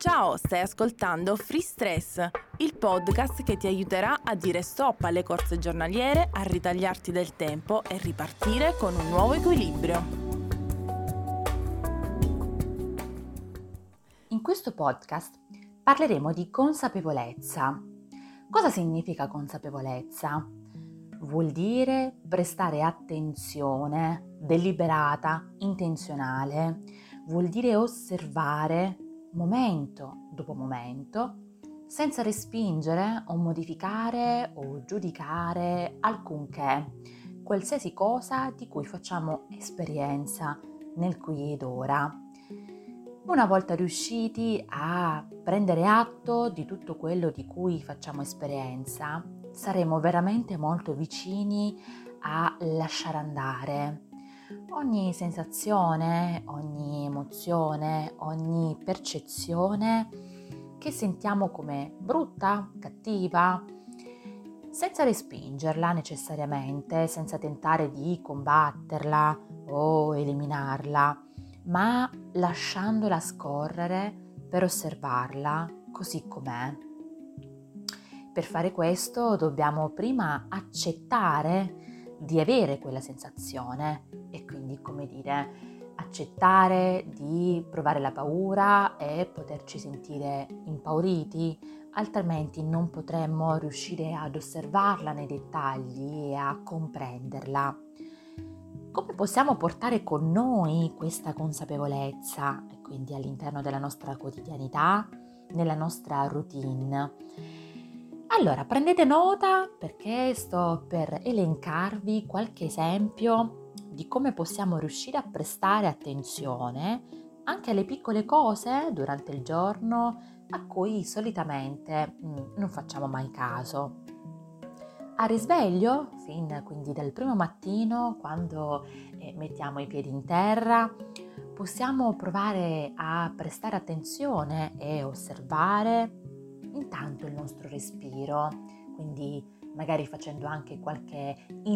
Ciao, stai ascoltando Free Stress, il podcast che ti aiuterà a dire stop alle corse giornaliere, a ritagliarti del tempo e ripartire con un nuovo equilibrio. In questo podcast parleremo di consapevolezza. Cosa significa consapevolezza? Vuol dire prestare attenzione deliberata, intenzionale, vuol dire osservare momento dopo momento senza respingere o modificare o giudicare alcunché, qualsiasi cosa di cui facciamo esperienza nel qui ed ora. Una volta riusciti a prendere atto di tutto quello di cui facciamo esperienza, saremo veramente molto vicini a lasciare andare ogni sensazione, ogni emozione, ogni percezione che sentiamo come brutta, cattiva, senza respingerla necessariamente, senza tentare di combatterla o eliminarla, ma lasciandola scorrere per osservarla così com'è. Per fare questo dobbiamo prima accettare di avere quella sensazione e quindi, accettare di provare la paura e poterci sentire impauriti, altrimenti non potremmo riuscire ad osservarla nei dettagli e a comprenderla. Come possiamo portare con noi questa consapevolezza e quindi all'interno della nostra quotidianità, nella nostra routine? Allora, prendete nota perché sto per elencarvi qualche esempio di come possiamo riuscire a prestare attenzione anche alle piccole cose durante il giorno a cui solitamente non facciamo mai caso. A risveglio, quindi dal primo mattino, quando mettiamo i piedi in terra, possiamo provare a prestare attenzione e osservare intanto il nostro respiro, quindi magari facendo anche qualche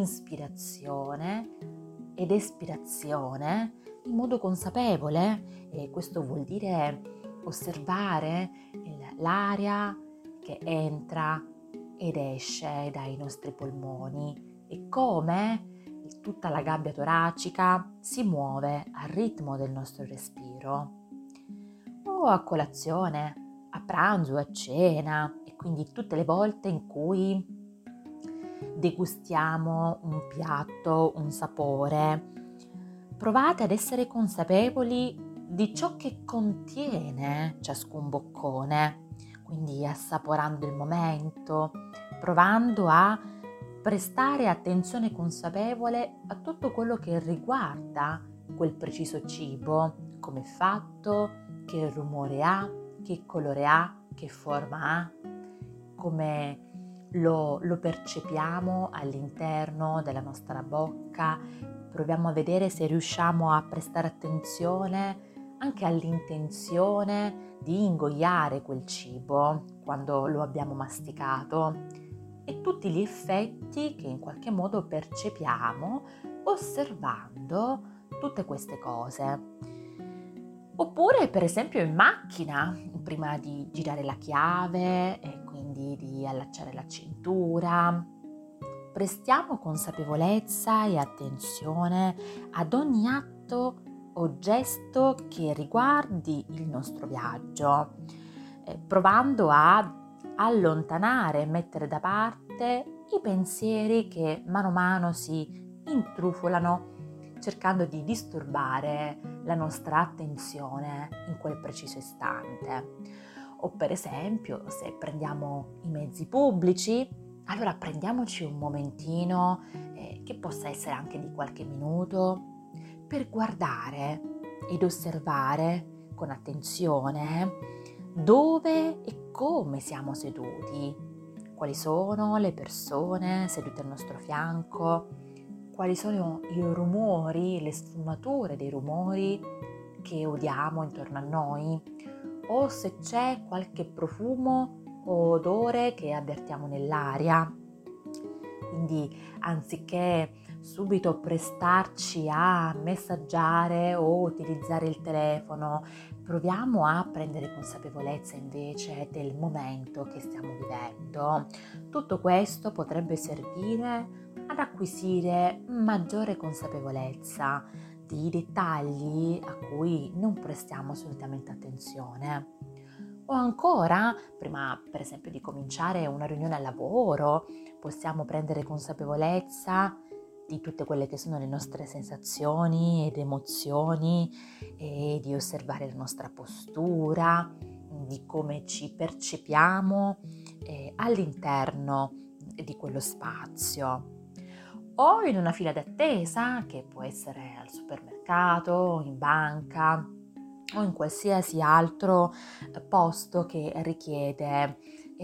inspirazione ed espirazione in modo consapevole, e questo vuol dire osservare l'aria che entra ed esce dai nostri polmoni e come tutta la gabbia toracica si muove al ritmo del nostro respiro. O a colazione, a pranzo, a cena, e quindi tutte le volte in cui degustiamo un piatto, un sapore, provate ad essere consapevoli di ciò che contiene ciascun boccone, quindi assaporando il momento, provando a prestare attenzione consapevole a tutto quello che riguarda quel preciso cibo, come è fatto, che rumore ha, che colore ha, che forma ha, come lo percepiamo all'interno della nostra bocca. Proviamo a vedere se riusciamo a prestare attenzione anche all'intenzione di ingoiare quel cibo quando lo abbiamo masticato e tutti gli effetti che in qualche modo percepiamo osservando tutte queste cose. Oppure per esempio in macchina, prima di girare la chiave e quindi di allacciare la cintura, prestiamo consapevolezza e attenzione ad ogni atto o gesto che riguardi il nostro viaggio, provando a allontanare e mettere da parte i pensieri che mano a mano si intrufolano, cercando di disturbare la nostra attenzione in quel preciso istante. O per esempio, se prendiamo i mezzi pubblici, allora prendiamoci un momentino, che possa essere anche di qualche minuto, per guardare ed osservare con attenzione dove e come siamo seduti, quali sono le persone sedute al nostro fianco, quali sono i rumori, le sfumature dei rumori che udiamo intorno a noi, o se c'è qualche profumo o odore che avvertiamo nell'aria. Quindi anziché subito prestarci a messaggiare o utilizzare il telefono. Proviamo a prendere consapevolezza invece del momento che stiamo vivendo. Tutto questo potrebbe servire ad acquisire maggiore consapevolezza di dettagli a cui non prestiamo solitamente attenzione. O ancora, prima per esempio di cominciare una riunione al lavoro, possiamo prendere consapevolezza di tutte quelle che sono le nostre sensazioni ed emozioni e di osservare la nostra postura, di come ci percepiamo all'interno di quello spazio. O in una fila d'attesa, che può essere al supermercato, in banca o in qualsiasi altro posto che richiede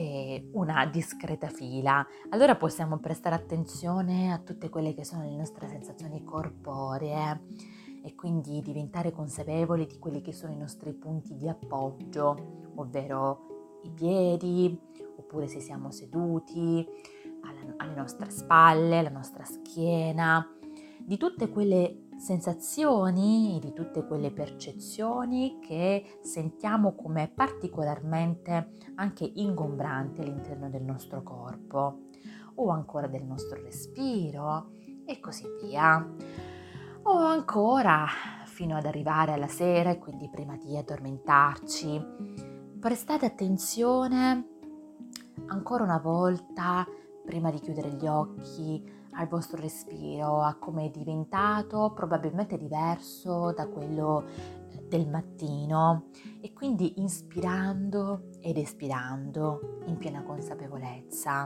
una discreta fila. Allora possiamo prestare attenzione a tutte quelle che sono le nostre sensazioni corporee e quindi diventare consapevoli di quelli che sono i nostri punti di appoggio, ovvero i piedi, oppure se siamo seduti, alle nostre spalle, la nostra schiena, di tutte quelle sensazioni e di tutte quelle percezioni che sentiamo come particolarmente anche ingombranti all'interno del nostro corpo o ancora del nostro respiro e così via. O ancora fino ad arrivare alla sera e quindi prima di addormentarci. Prestate attenzione ancora una volta prima di chiudere gli occhi al vostro respiro, a come è diventato probabilmente diverso da quello del mattino e quindi inspirando ed espirando in piena consapevolezza.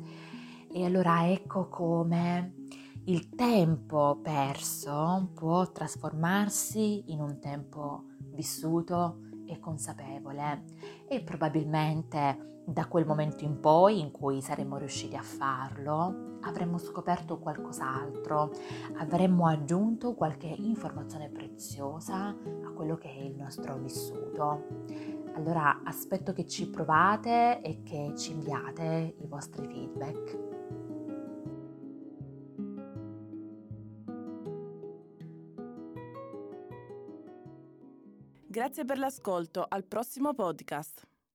E allora ecco come il tempo perso può trasformarsi in un tempo vissuto e consapevole e probabilmente da quel momento in poi in cui saremo riusciti a farlo avremmo scoperto qualcos'altro, avremmo aggiunto qualche informazione preziosa a quello che è il nostro vissuto. Allora aspetto che ci provate e che ci inviate i vostri feedback. Grazie per l'ascolto, al prossimo podcast.